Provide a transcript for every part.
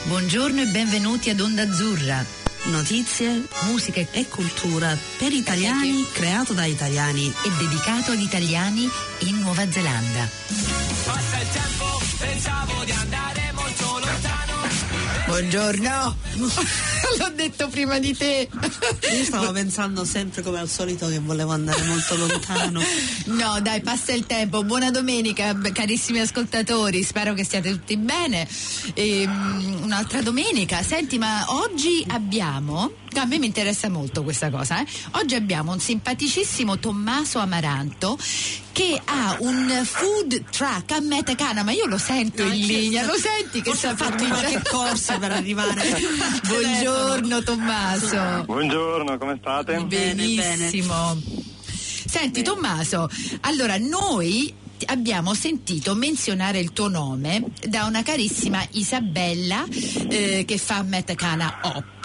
Buongiorno e benvenuti ad Onda Azzurra. Notizie, musica e cultura per italiani, creato da italiani e dedicato agli italiani in Nuova Zelanda. Passa il tempo, pensavo di andare molto lontano. Buongiorno. L'ho detto prima di te. Io stavo pensando sempre come al solito che volevo andare molto lontano. No, dai, passa il tempo. Buona domenica, carissimi ascoltatori. Spero che stiate tutti bene. Un'altra domenica. Senti, ma oggi abbiamo... A me mi interessa molto questa cosa, eh? Oggi abbiamo un simpaticissimo Tommaso Amaranto che ha un food truck a Metacana, ma io lo sento in linea, lo senti che sta fatto qualche corsa per arrivare. Buongiorno Tommaso. Buongiorno, come state? Benissimo. Senti Tommaso, allora noi abbiamo sentito menzionare il tuo nome da una carissima Isabella che fa Metacana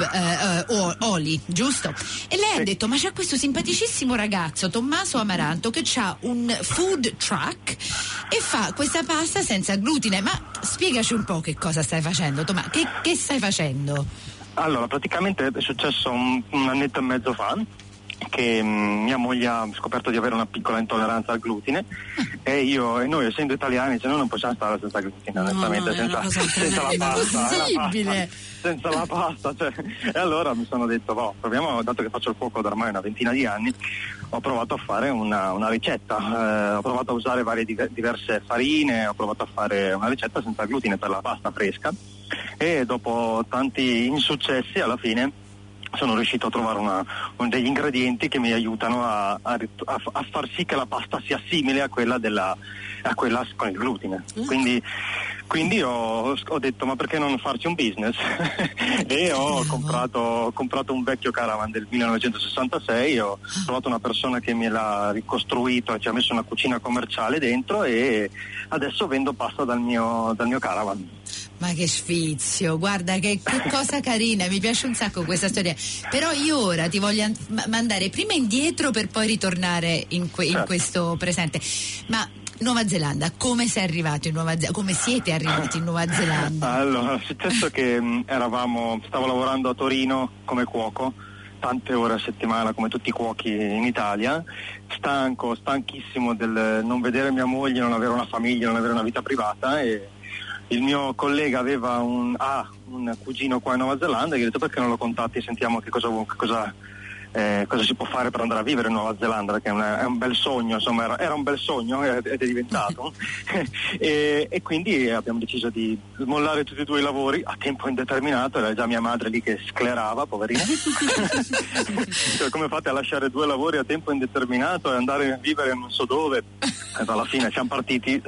Oli, giusto? E lei ha detto: ma c'è questo simpaticissimo ragazzo Tommaso Amaranto che ha un food truck e fa questa pasta senza glutine. Ma spiegaci un po' che cosa stai facendo, Tommaso, che stai facendo? Allora, praticamente è successo un annetto e mezzo fa che mia moglie ha scoperto di avere una piccola intolleranza al glutine e noi essendo italiani noi non possiamo stare senza glutine, onestamente, senza la pasta, senza la pasta, cioè. E allora mi sono detto proviamo, dato che faccio il cuoco da ormai una ventina di anni, ho provato a fare una ricetta, ho provato a usare varie diverse farine, ho provato a fare una ricetta senza glutine per la pasta fresca e dopo tanti insuccessi alla fine sono riuscito a trovare degli ingredienti che mi aiutano a far sì che la pasta sia simile a quella con il glutine. Quindi ho detto: ma perché non farci un business? E ho comprato un vecchio caravan del 1966, ho trovato una persona che me l'ha ricostruito e ci ha messo una cucina commerciale dentro e adesso vendo pasta dal mio caravan. Ma che sfizio, guarda che cosa carina, mi piace un sacco questa storia. Però io ora ti voglio mandare prima indietro per poi ritornare in questo presente. Ma Nuova Zelanda, come sei arrivato in Nuova Zelanda? Come siete arrivati in Nuova Zelanda? Allora, è successo che stavo lavorando a Torino come cuoco, tante ore a settimana come tutti i cuochi in Italia, stanchissimo del non vedere mia moglie, non avere una famiglia, non avere una vita privata, e il mio collega aveva un cugino qua in Nuova Zelanda e gli ho detto: perché non lo contatti e sentiamo che cosa si può fare per andare a vivere in Nuova Zelanda, perché è un bel sogno, insomma era un bel sogno ed è diventato e quindi abbiamo deciso di smollare tutti e due i lavori a tempo indeterminato. Era già mia madre lì che sclerava, poverina. Cioè, come fate a lasciare due lavori a tempo indeterminato e andare a vivere non so dove? Alla fine siamo partiti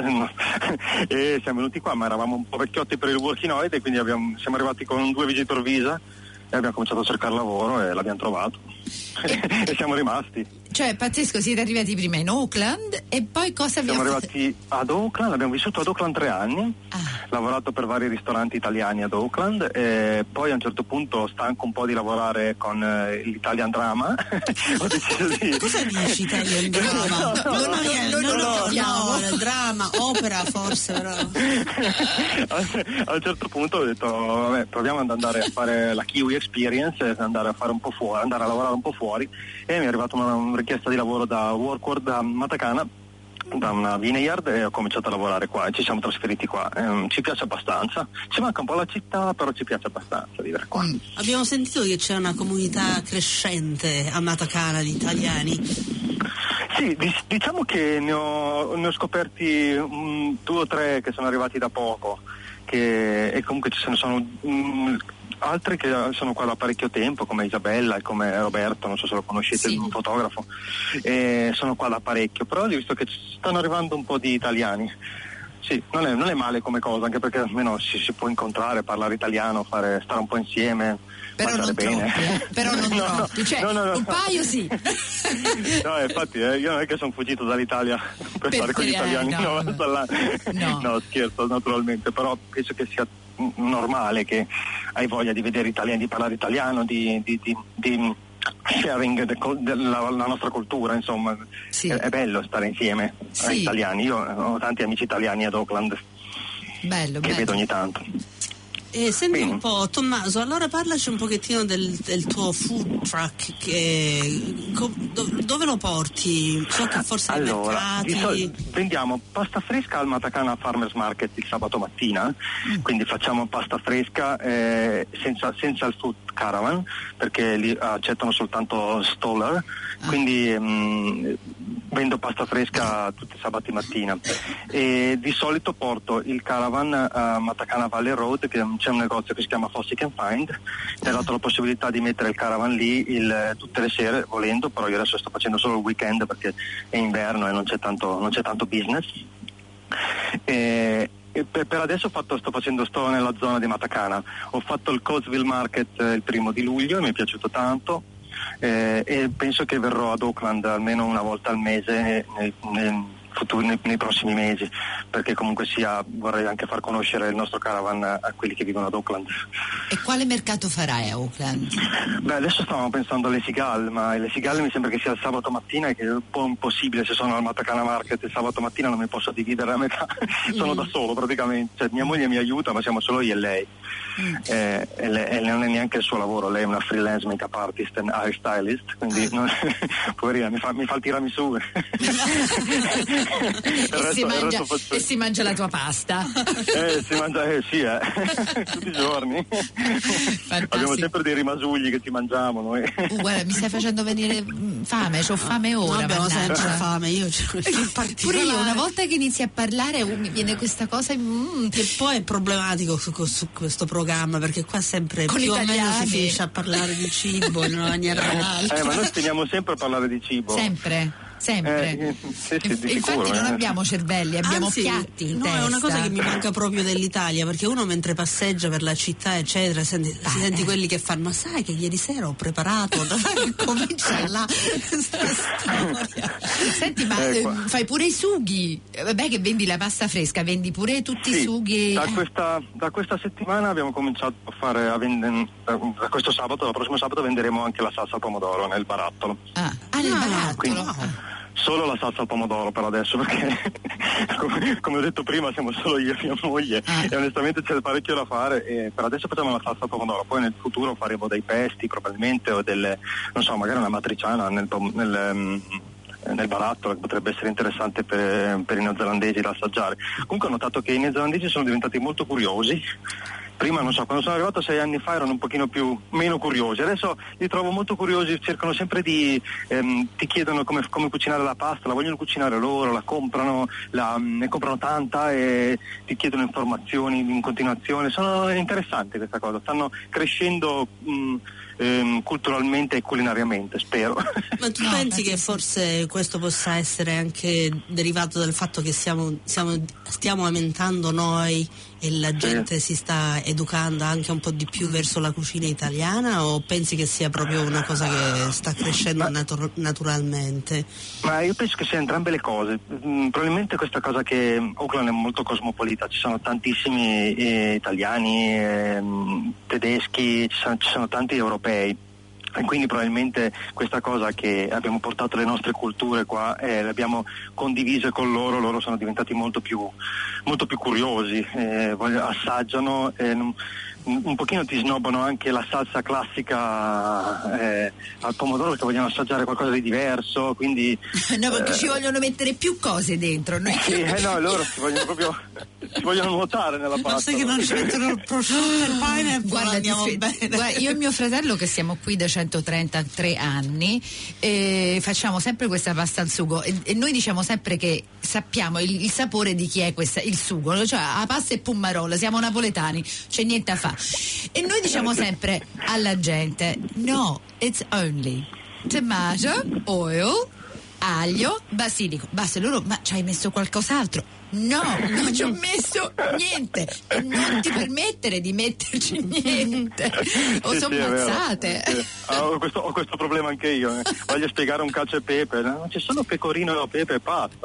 e siamo venuti qua, ma eravamo un po' vecchiotti per il working holiday, quindi siamo arrivati con 2 visitor visa e abbiamo cominciato a cercare lavoro e l'abbiamo trovato e siamo rimasti. Cioè, pazzesco, siete arrivati prima in Auckland e poi cosa siamo arrivati ad Auckland, abbiamo vissuto ad Auckland 3 anni, lavorato per vari ristoranti italiani ad Auckland e poi a un certo punto, stanco un po' di lavorare con l'Italian Drama, ho deciso di... Cosa dici Italian Drama? Non lo capiamo. Drama, opera forse, però. A un certo punto ho detto: vabbè, proviamo ad andare a fare la Kiwi Experience, andare a fare un po' fuori, andare a lavorare un po' fuori, e mi è arrivata una richiesta di lavoro da Workworth da Matacana, da una vineyard, e ho cominciato a lavorare qua e ci siamo trasferiti qua. Ci piace abbastanza, ci manca un po' la città, però ci piace abbastanza vivere qua. Abbiamo sentito che c'è una comunità crescente a Matacana di italiani. Sì, diciamo che ne ho scoperti 2 o 3 che sono arrivati da poco, e comunque ce ne sono altri che sono qua da parecchio tempo, come Isabella e come Roberto, non so se lo conoscete, sì. Un fotografo, sono qua da parecchio, però ho visto che stanno arrivando un po' di italiani. Sì, non è male come cosa, anche perché almeno si può incontrare, parlare italiano, stare un po' insieme, però mangiare bene. Però non troppi, cioè un paio sì. No, infatti io non è che sono fuggito dall'Italia per stare con gli italiani, no, scherzo naturalmente, però penso che sia normale che hai voglia di vedere italiani, di parlare italiano, di sharing della nostra cultura, insomma. Sì. È bello stare insieme ai italiani. Io ho tanti amici italiani ad Auckland, bello, che vedo ogni tanto. Senti Bene. un po', Tommaso, allora parlaci un pochettino del tuo food truck, dove lo porti? So che forse ai mercati. Vendiamo pasta fresca al Matacana Farmers Market il sabato mattina, quindi facciamo pasta fresca senza il food caravan, perché li accettano soltanto staller, quindi vendo pasta fresca tutti i sabati mattina, e di solito porto il caravan a Matacana Valley Road, che c'è un negozio che si chiama Fossick & Find. Mi ha dato la possibilità di mettere il caravan lì tutte le sere volendo, però io adesso sto facendo solo il weekend perché è inverno e non c'è tanto business. E per adesso sto nella zona di Matacana. Ho fatto il Coatesville Market il 1 di luglio e mi è piaciuto tanto, e penso che verrò ad Auckland almeno una volta al mese nei prossimi mesi, perché comunque vorrei anche far conoscere il nostro caravan a quelli che vivono ad Auckland. E quale mercato farai a Auckland? Beh, adesso stavamo pensando alle Cigale, ma le Cigale mi sembra che sia il sabato mattina, e che è un po' impossibile. Se sono al Matacana Market il sabato mattina non mi posso dividere a metà, sono da solo praticamente, cioè, mia moglie mi aiuta ma siamo solo io e lei. E lei non è neanche il suo lavoro, lei è una freelance make-up artist and hair stylist, quindi poverina, mi fa il tiramisù. E si mangia la tua pasta. Si mangia, tutti i giorni. Fantastico. Abbiamo sempre dei rimasugli che ci mangiamo noi. Guarda, mi stai facendo venire fame, c'ho fame ora. Noi abbiamo mannaggia. sempre fame, io Pure io, una volta che inizi a parlare mi viene questa cosa che poi è problematico su questo programma, perché qua sempre con più italiani. o meno si finisce a parlare di cibo in una maniera o un'altra. Ma noi teniamo sempre a parlare di cibo. Sempre. Sì, di infatti sicuro, non abbiamo cervelli, abbiamo Anzi, piatti in no, testa. è una cosa che mi manca proprio dell'Italia, perché uno mentre passeggia per la città eccetera si senti quelli che fanno: ma sai che ieri sera ho preparato comincia là questa storia. Senti, ma fai pure i sughi, vabbè che vendi la pasta fresca, vendi pure tutti i sughi. Da questa settimana abbiamo cominciato a fare da questo sabato, il prossimo sabato venderemo anche la salsa al pomodoro nel barattolo. Nel barattolo. Quindi, solo la salsa al pomodoro per adesso, perché come ho detto prima siamo solo io e mia moglie, e onestamente c'è parecchio da fare, e per adesso facciamo la salsa al pomodoro, poi nel futuro faremo dei pesti probabilmente, o magari una matriciana nel barattolo, che potrebbe essere interessante per i neozelandesi da assaggiare. Comunque ho notato che i neozelandesi sono diventati molto curiosi. Prima, non so, quando sono arrivato 6 anni fa erano un pochino meno curiosi, adesso li trovo molto curiosi, cercano sempre ti chiedono come cucinare la pasta, la vogliono cucinare loro, la comprano, ne comprano tanta e ti chiedono informazioni in continuazione. Sono interessanti questa cosa, stanno crescendo culturalmente e culinariamente, spero. Ma tu pensi che forse questo possa essere anche derivato dal fatto che stiamo aumentando noi e la gente si sta educando anche un po' di più verso la cucina italiana, o pensi che sia proprio una cosa che sta crescendo naturalmente? Ma io penso che sia entrambe le cose. Probabilmente questa cosa che Auckland è molto cosmopolita, ci sono tantissimi italiani, tedeschi, ci sono tanti europei. E quindi probabilmente questa cosa che abbiamo portato le nostre culture qua, le abbiamo condivise con loro sono diventati molto più curiosi, assaggiano, un pochino ti snobbano anche la salsa classica al pomodoro, perché vogliono assaggiare qualcosa di diverso, quindi no, perché ci vogliono mettere più cose dentro, noi. No, loro ci vogliono nuotare nella pasta. Basta che non ci mettono il prosciutto e il pineapple. Guarda, io e mio fratello, che siamo qui da 133 anni, facciamo sempre questa pasta al sugo, e noi diciamo sempre che sappiamo il sapore di chi è il sugo, cioè la pasta è Pummarola, siamo napoletani, c'è niente da fare. E noi diciamo sempre alla gente: no, it's only tomato, oil, aglio, basilico. Basta. Loro: ma ci hai messo qualcos'altro? No, non ci ho messo niente, e non ti permettere di metterci niente, o sono mazzate. Ho questo problema anche io, voglio spiegare un cacio e pepe, no? Ci sono pecorino, pepe e pasta,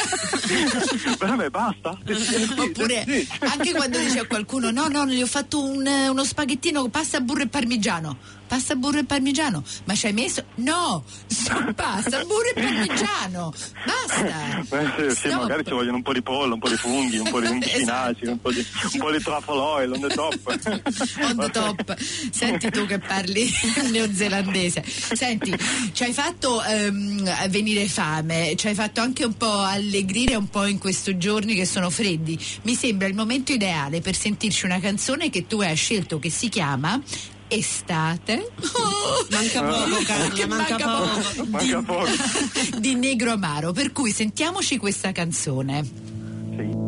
per me basta. Oppure anche quando dice a qualcuno: no, gli ho fatto uno spaghettino pasta, burro e parmigiano. Pasta, burro e parmigiano, ma ci hai messo? No, pasta, burro e parmigiano, basta. Sì, magari ci vogliono un po' di pollo, un po' di funghi, un po' di spinaci, un po' di truffle oil, on the top. On the top. Senti tu che parli neozelandese. Senti, ci hai fatto venire fame, ci hai fatto anche un po' allegrire un po' in questi giorni che sono freddi. Mi sembra il momento ideale per sentirci una canzone che tu hai scelto, che si chiama Estate. Manca poco, Carla, manca poco. Di Negro Amaro, per cui sentiamoci questa canzone. Sì.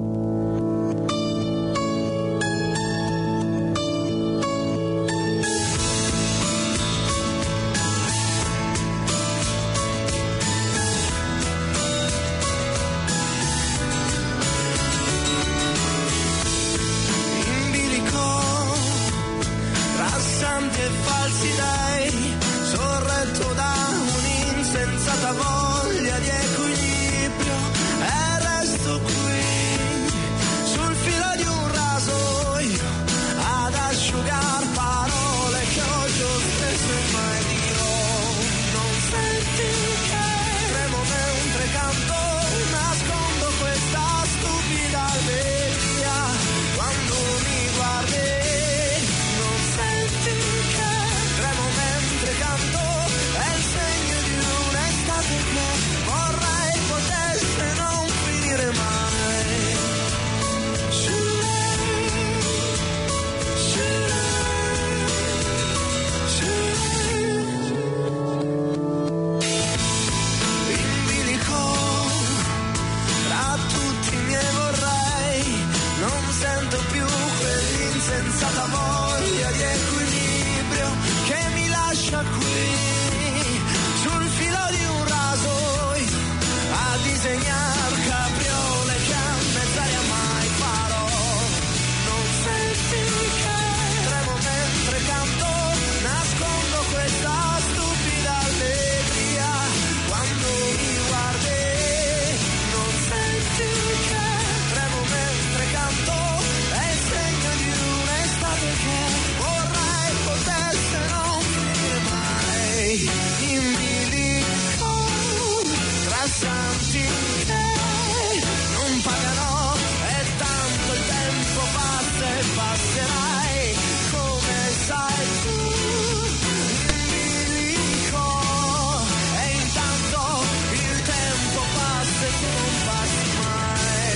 Voglia di equilibrio e resto qui sul filo di un rasoio ad asciugar parole che ho già spesso e mai dirò. Non senti che tremo mentre canto, nascondo questa stupida allegria quando mi guardi. Non senti che tremo mentre canto, è il segno di un'estate che vorrei potesse non finire mai. In bilico tra tutti i miei vorrei, non sento più quell'insensata voglia di equilibrio che mi lascia qui sul filo di un rasoio a disegnar capriole che a mezz'aria mai farò. Non senti che tremo mentre canto, nascondo questa stupida allegria quando mi guardi. Non senti che tremo mentre canto, è il segno di un'estate che vorrei potesse non finire mai. In bilico tra santi che non pagano e tanto il tempo passa e passerai come sai tu. In bilico e intanto il tempo passa e tu non passi mai.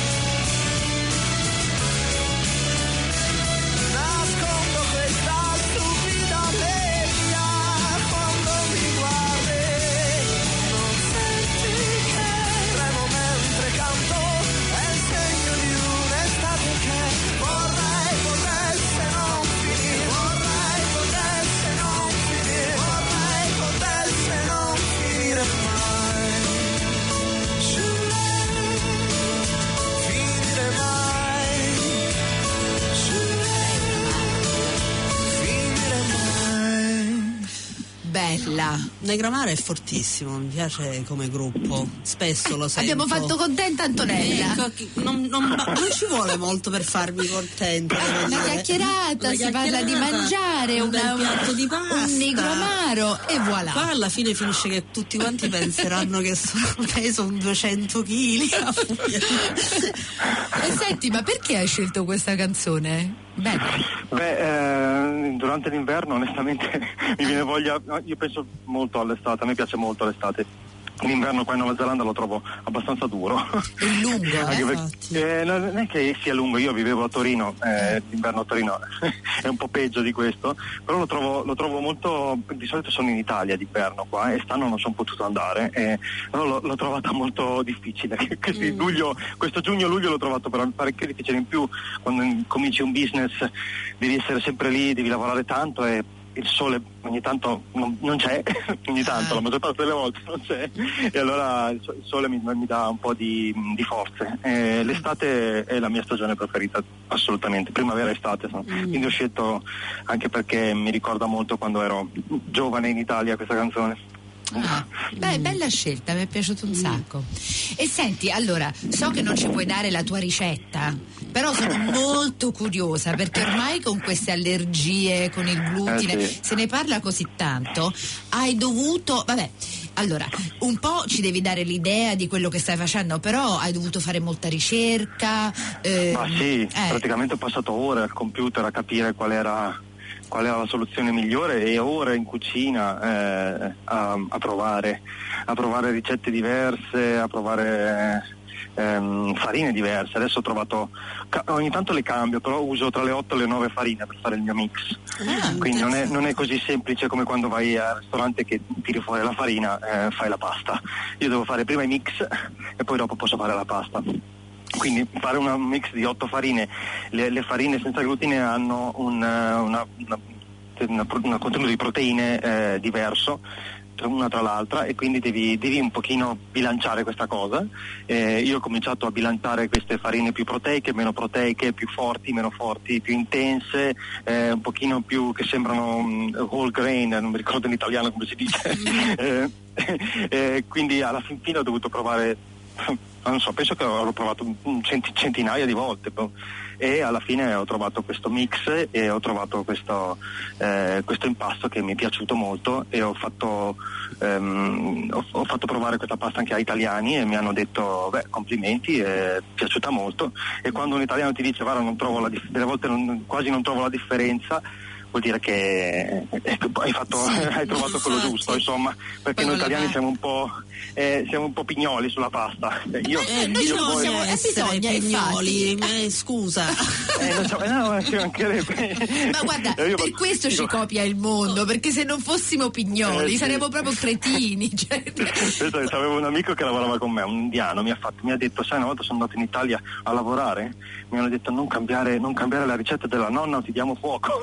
Nascondo questa stupida allegria quando mi guardi. Non senti che tremo mentre canto, è il segno di un'estate che vorrei potesse non finire. Vorrei potesse non finire. Vorrei potesse non finire mai. Finire mai. Finire mai. Bella. Negro Amaro è fortissimo, mi piace come gruppo, spesso lo sento. Abbiamo fatto contenta Antonella. Ecco, non ci vuole molto per farmi contenta. devo Una dire. chiacchierata, si parla di mangiare, un bel piatto di pasta, un Negro Amaro e voilà. Poi alla fine finisce che tutti quanti penseranno che peso un 200 kg. E senti, ma perché hai scelto questa canzone? Beh, durante l'inverno onestamente mi viene voglia, io penso molto all'estate, a me piace molto l'estate. L'inverno qua in Nuova Zelanda lo trovo abbastanza duro. È lungo, Anche perché, non è che sia lungo, io vivevo a Torino, l'inverno a Torino è un po' peggio di questo, però lo trovo molto, di solito sono in Italia d'inverno qua e quest'anno non sono potuto andare, però l'ho trovata molto difficile. Questo giugno-luglio l'ho trovato parecchio difficile, in più quando cominci un business devi essere sempre lì, devi lavorare tanto e il sole ogni tanto non c'è, ogni tanto, la maggior parte delle volte non c'è, e allora il sole mi dà un po' di forze. L'estate è la mia stagione preferita, assolutamente, primavera e estate, quindi ho scelto anche perché mi ricorda molto quando ero giovane in Italia questa canzone. Bella scelta, mi è piaciuto un sacco. E senti, allora, so che non ci puoi dare la tua ricetta, però sono molto curiosa, perché ormai con queste allergie, con il glutine, sì. se ne parla così tanto, hai dovuto, allora, un po' ci devi dare l'idea di quello che stai facendo, però hai dovuto fare molta ricerca. Ma sì, praticamente ho passato ore al computer a capire qual era la soluzione migliore, e ore in cucina a provare ricette diverse, a provare farine diverse. Adesso ho trovato, ogni tanto le cambio, però uso tra le 8 e le 9 farine per fare il mio mix. Quindi non è così semplice come quando vai al ristorante che tiri fuori la farina, fai la pasta. Io devo fare prima i mix e poi dopo posso fare la pasta. Quindi fare un mix di 8 farine, le farine senza glutine hanno un contenuto di proteine diverso una tra l'altra, e quindi devi un pochino bilanciare questa cosa. Io ho cominciato a bilanciare queste farine più proteiche, meno proteiche, più forti, meno forti, più intense, un pochino più che sembrano whole grain, non mi ricordo in italiano come si dice. Quindi alla fine ho dovuto provare, non so, penso che avrò provato centinaia di volte, e alla fine ho trovato questo mix e ho trovato questo impasto che mi è piaciuto molto, e ho fatto provare questa pasta anche a italiani, e mi hanno detto complimenti, è piaciuta molto. E quando un italiano ti dice guarda, delle volte quasi non trovo la differenza, vuol dire che hai trovato quello giusto, insomma, perché noi italiani siamo un po' pignoli sulla pasta. Io siamo essere pignoli, scusa. No, ci mancherebbe. Ma guarda, per questo ci copia il mondo, perché se non fossimo pignoli saremmo proprio cretini. Cioè. Avevo un amico che lavorava con me, un indiano, mi ha detto, sai, una volta sono andato in Italia a lavorare, mi hanno detto non cambiare la ricetta della nonna o ti diamo fuoco.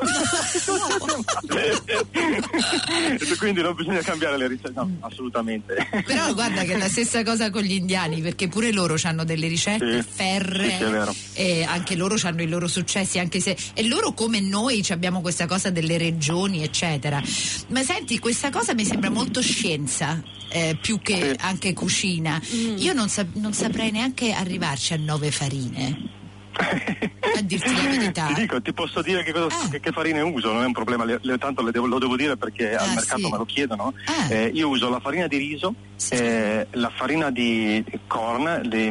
Quindi non bisogna cambiare le ricette, no, assolutamente. Però guarda che è la stessa cosa con gli indiani, perché pure loro hanno delle ricette ferree, sì, è vero. E anche loro hanno i loro successi, anche se e loro come noi abbiamo questa cosa delle regioni eccetera. Ma senti, questa cosa mi sembra molto scienza, più che anche cucina. Io non saprei neanche arrivarci a 9 farine. A dirti la verità. Ti posso dire che farine uso, non è un problema, tanto lo devo dire perché al mercato me lo chiedono. Io uso la farina di riso, la farina di corn, del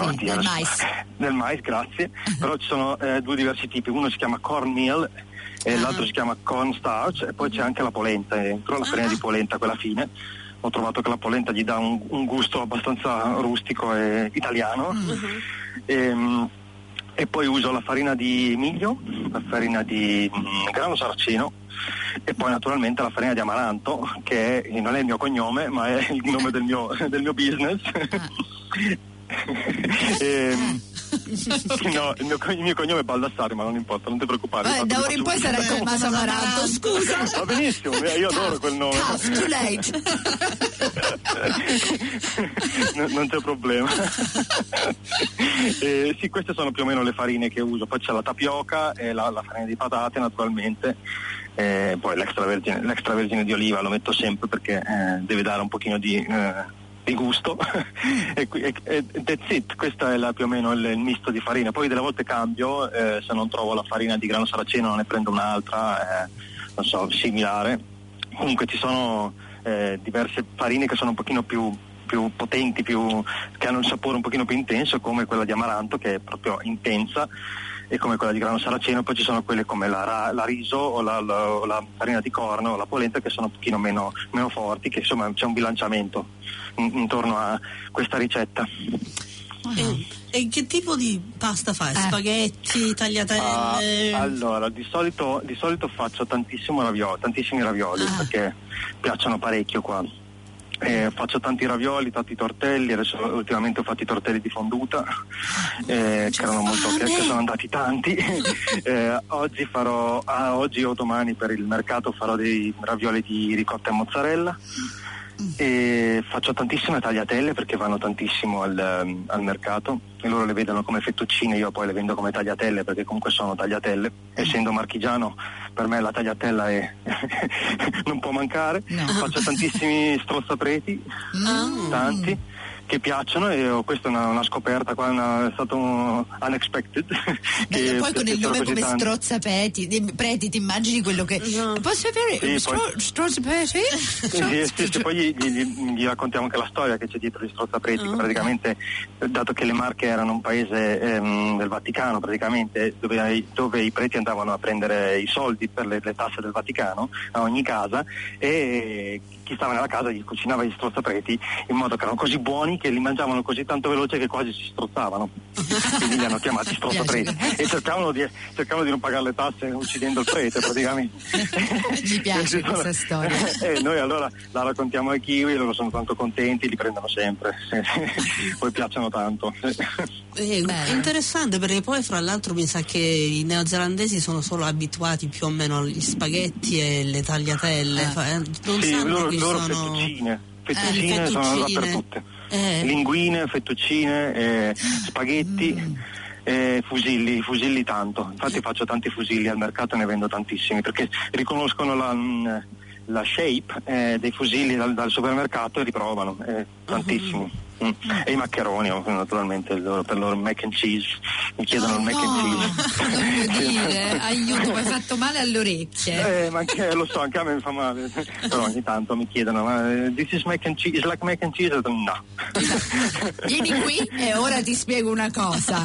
mais, grazie. Però ci sono 2 diversi tipi, uno si chiama cornmeal e l'altro si chiama cornstarch, e poi c'è anche la polenta, la farina di polenta, quella fine. Ho trovato che la polenta gli dà un gusto abbastanza rustico e italiano. E poi uso la farina di miglio, la farina di grano saraceno, e poi naturalmente la farina di amaranto, che non è il mio cognome, ma è il nome del mio business. No, il mio cognome è Baldassari, ma non importa, non ti preoccupare. Da ora in poi sarà Tommaso Amaranto, scusa. Va benissimo, io adoro quel nome. Too late. Non c'è problema. Sì, queste sono più o meno le farine che uso. Poi c'è la tapioca e la farina di patate, naturalmente. Poi l'extravergine di oliva lo metto sempre perché deve dare un pochino di gusto. e that's it. Questa è più o meno il misto di farina. Poi delle volte cambio, se non trovo la farina di grano saraceno ne prendo un'altra, non so, similare. Comunque ci sono diverse farine che sono un pochino più potenti, che hanno il sapore un pochino più intenso, come quella di amaranto, che è proprio intensa, e come quella di grano saraceno. Poi ci sono quelle come la riso o la farina di corno o la polenta, che sono un pochino meno forti, che insomma c'è un bilanciamento intorno a questa ricetta. E che tipo di pasta fai? Spaghetti, tagliatelle? Allora, di solito faccio tantissimi ravioli, perché piacciono parecchio qua. Faccio tanti ravioli, tanti tortelli. Adesso ultimamente ho fatto i tortelli di fonduta, che sono andati tanti. Oggi o domani per il mercato farò dei ravioli di ricotta e mozzarella, e faccio tantissime tagliatelle perché vanno tantissimo al mercato e loro le vedono come fettuccine, io poi le vendo come tagliatelle perché comunque sono tagliatelle. Essendo marchigiano, per me la tagliatella non può mancare. Faccio tantissimi strozzapreti, tanti, che piacciono, e questa è una scoperta qua, è stato unexpected. Che poi con il nome come strozzapreti ti immagini quello che posso avere strozzapreti? Sì, poi gli raccontiamo anche la storia che c'è dietro gli strozzapreti, che praticamente, dato che le Marche erano un paese del Vaticano praticamente, dove i preti andavano a prendere i soldi per le tasse del Vaticano a ogni casa, e chi stava nella casa gli cucinava gli strozzapreti in modo che erano così buoni che li mangiavano così tanto veloce che quasi si strozzavano. Quindi li hanno chiamati strozzapreti e cercavano di non pagare le tasse uccidendo il prete praticamente. Mi piace questa storia. Noi allora la raccontiamo ai kiwi, loro sono tanto contenti, li prendono sempre. Poi piacciono tanto. È interessante, perché poi fra l'altro mi sa che i neozelandesi sono solo abituati più o meno agli spaghetti e le tagliatelle, non sanno che loro sono fettuccine sono dappertutto, linguine, fettuccine, spaghetti, fusilli tanto, infatti faccio tanti fusilli al mercato e ne vendo tantissimi perché riconoscono la shape dei fusilli dal supermercato e li provano, tantissimi. E i maccheroni naturalmente per loro mac and cheese, mi chiedono il mac and cheese. Non puoi dire, aiuto, mi hai fatto male alle orecchie. Lo so, anche a me mi fa male, però ogni tanto mi chiedono this is mac and cheese, like mac and cheese? No. Vieni qui e ora ti spiego una cosa.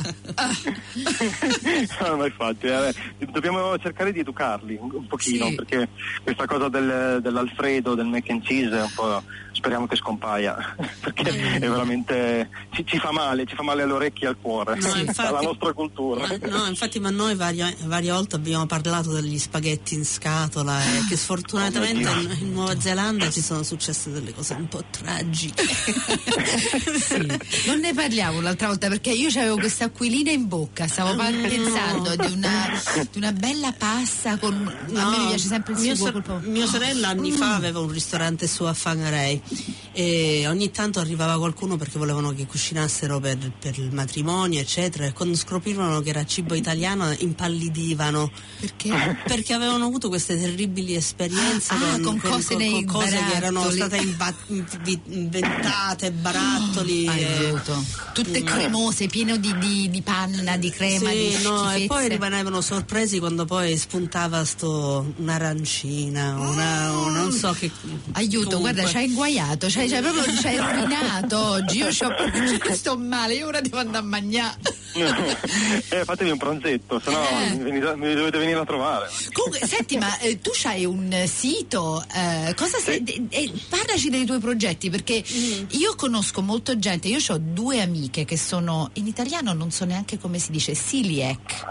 No, ma infatti dobbiamo cercare di educarli un pochino, sì, perché questa cosa dell'Alfredo, del mac and cheese è un po', speriamo che scompaia, perché è veramente ci fa male alle orecchie e al cuore, alla nostra cultura. Infatti, ma noi varie volte abbiamo parlato degli spaghetti in scatola, e che sfortunatamente in Nuova Zelanda ci sono successe delle cose un po' tragiche. Sì. Non ne parliamo l'altra volta perché io avevo questa aquilina in bocca, stavo pensando di una bella pasta con a me mi piace sempre il sugo. Mia sorella anni fa aveva un ristorante su a Whangarei e ogni tanto arrivava qualcuno perché volevano che cucinassero per il matrimonio eccetera, e quando scoprivano che era cibo italiano impallidivano. Perché avevano avuto queste terribili esperienze con cose che erano state inventate, barattoli, tutte cremose, piene di panna, di crema, di e poi rimanevano sorpresi quando poi spuntava un'arancina, non so che. Aiuto, comunque. Guarda, ci hai inguaiato, ci hai rovinato oggi. Io sto male, io ora devo andare a mangiare. Fatevi un pranzetto, sennò mi dovete venire a trovare. Comunque, senti, ma tu c'hai un sito, parlaci dei tuoi progetti, perché io conosco molto gente, io ho 2 amiche che sono, in italiano non so neanche come si dice, celiac.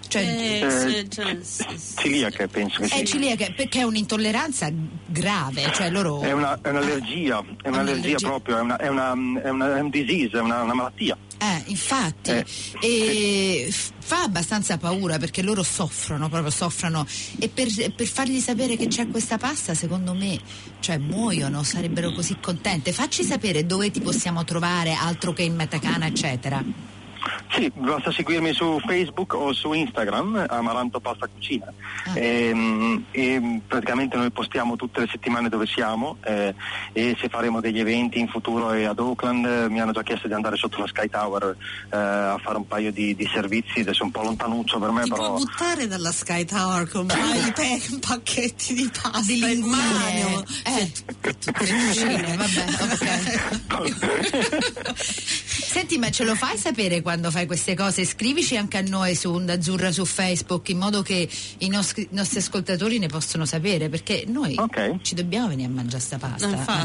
Celiac, penso che sia. Celiac, perché è un'intolleranza grave, cioè loro. È un'allergia, proprio, è un disease, è una malattia. Infatti, e fa abbastanza paura perché loro soffrono, e per fargli sapere che c'è questa pasta, secondo me, cioè muoiono, sarebbero così contente. Facci sapere dove ti possiamo trovare, altro che in Metacana, eccetera. Sì, basta seguirmi su Facebook o su Instagram, Amaranto Pasta Cucina, e praticamente noi postiamo tutte le settimane dove siamo, e se faremo degli eventi in futuro ad Auckland, mi hanno già chiesto di andare sotto la Sky Tower a fare un paio di servizi, adesso è un po' lontanuccio per me, ti però. Può buttare dalla Sky Tower con pacchetti di pasta di linguine, tutte cucine, vabbè, ok. Senti, ma ce lo fai sapere quando fai queste cose? Scrivici anche a noi su Onda Azzurra su Facebook, in modo che i nostri ascoltatori ne possono sapere, perché noi ci dobbiamo venire a mangiare sta pasta.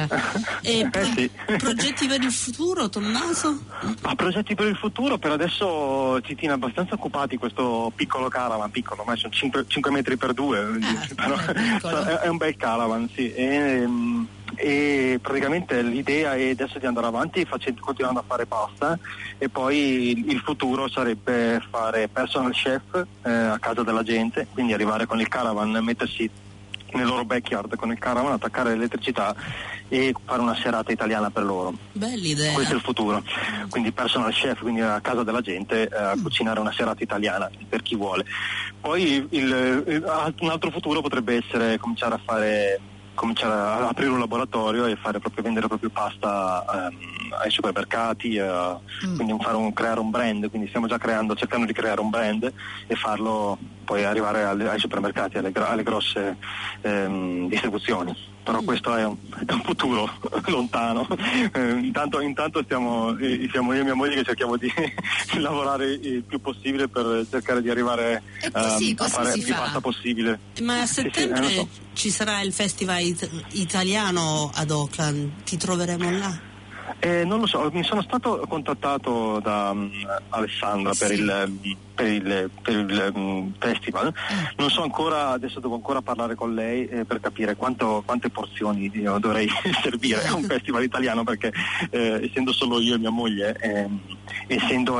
Progetti per il futuro, Tommaso? Progetti per il futuro, per adesso ci tiene abbastanza occupati questo piccolo caravan, ormai sono 5 metri per 2, però è un bel caravan, sì. E praticamente l'idea è adesso di andare avanti continuando a fare pasta, e poi il futuro sarebbe fare personal chef a casa della gente, quindi arrivare con il caravan, mettersi nel loro backyard con il caravan, attaccare l'elettricità e fare una serata italiana per loro. Bella idea. Questo è il futuro, quindi personal chef, quindi a casa della gente a cucinare una serata italiana per chi vuole. Poi un altro futuro potrebbe essere cominciare a aprire un laboratorio e vendere proprio pasta ai supermercati, quindi creare un brand, quindi stiamo già cercando di creare un brand e farlo poi arrivare ai supermercati, alle grosse distribuzioni. Però questo è un futuro lontano. Intanto siamo io e mia moglie che cerchiamo di lavorare il più possibile per cercare di arrivare a fare più pasta possibile. Ma a settembre ci sarà il festival italiano ad Auckland, ti troveremo là? Non lo so, mi sono stato contattato da Alessandra per il festival. Non so ancora, adesso devo ancora parlare con lei per capire quante porzioni io dovrei servire a un festival italiano, perché essendo solo io e mia moglie, essendo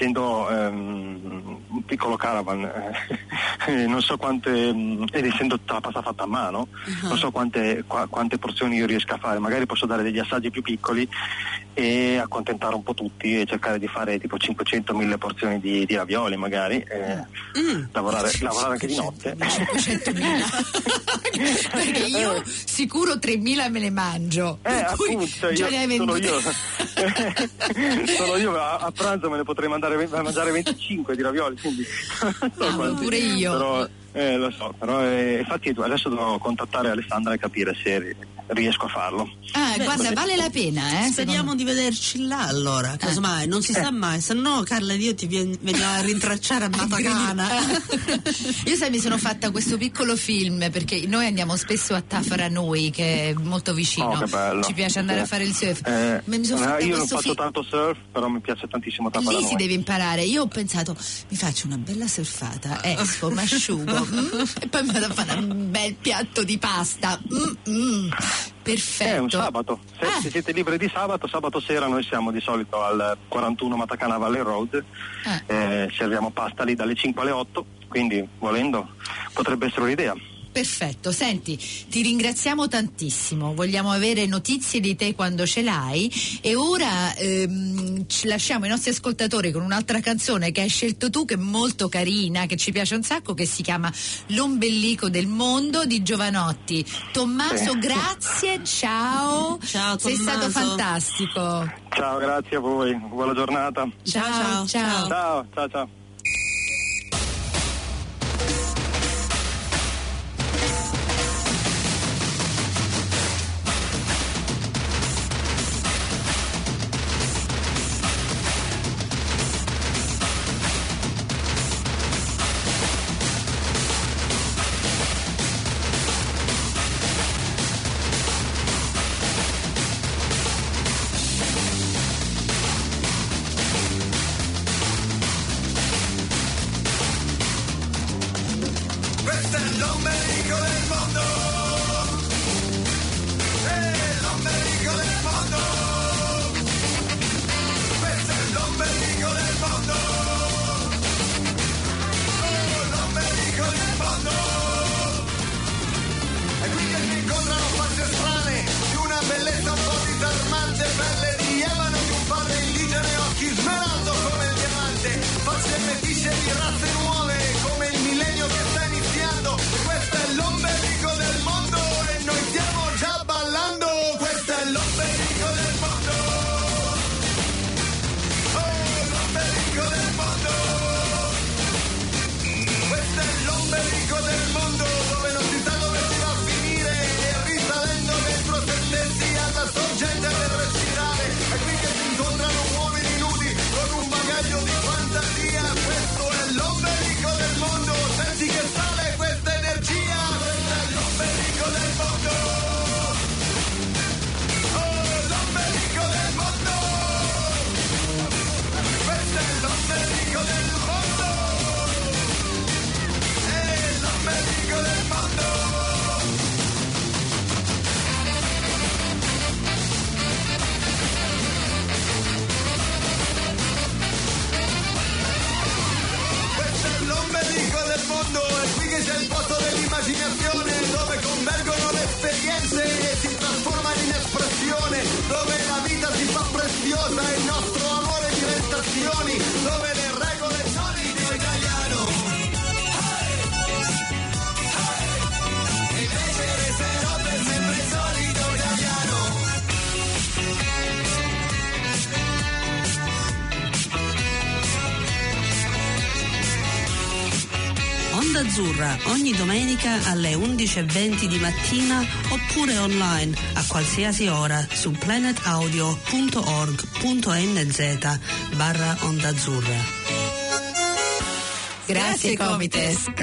un piccolo caravan, non so quante, ed essendo la pasta fatta a mano, non so quante porzioni io riesco a fare. Magari posso dare degli assaggi più piccoli e accontentare un po' tutti e cercare di fare tipo 500.000 porzioni di ravioli magari, lavorare anche di notte. 500.000 perché io sicuro 3.000 me le mangio, appunto, sono io a pranzo me ne potrei mangiare 25 di ravioli, quindi pure io. Però lo so, però infatti adesso devo contattare Alessandra e capire se riesco a farlo. Guarda, vale la pena, Speriamo di vederci là allora, casomai, non si sa mai, se no Carla ed io ti veniamo a rintracciare a Matacana. Io mi sono fatta questo piccolo film, perché noi andiamo spesso a Tafaranui, che è molto vicino. Che bello. Ci piace andare a fare il surf. Io non faccio tanto surf, però mi piace tantissimo Tafaranui. Lì si deve imparare. Io ho pensato, mi faccio una bella surfata, esco, mi asciugo e poi mi vado a fare un bel piatto di pasta. Perfetto. Un sabato. Se siete liberi di sabato sera noi siamo di solito al 41 Matacana Valley Road, serviamo pasta lì dalle 5 alle 8, quindi volendo potrebbe essere un'idea. Perfetto, senti, ti ringraziamo tantissimo, vogliamo avere notizie di te quando ce l'hai, e ora ci lasciamo i nostri ascoltatori con un'altra canzone che hai scelto tu, che è molto carina, che ci piace un sacco, che si chiama L'ombelico del mondo di Giovanotti. Tommaso, grazie, ciao. Ciao Tommaso. Sei stato fantastico. Ciao, grazie a voi, buona giornata. Ciao. Ciao. Razze nuove come il millennio che sta iniziando, e questo è l'ombelico del mondo. ombelico del mondo, è qui che c'è il posto dell'immaginazione, dove convergono le esperienze e si trasformano in espressione, dove la vita si fa preziosa e il nostro amore diventa azioni, dove le regole sono il Dio italiano. E invece resterò per sempre il solito italiano. Onda Azzurra ogni domenica alle 11:20 di mattina oppure online a qualsiasi ora su planetaudio.org.nz/Onda Azzurra. Grazie Comites.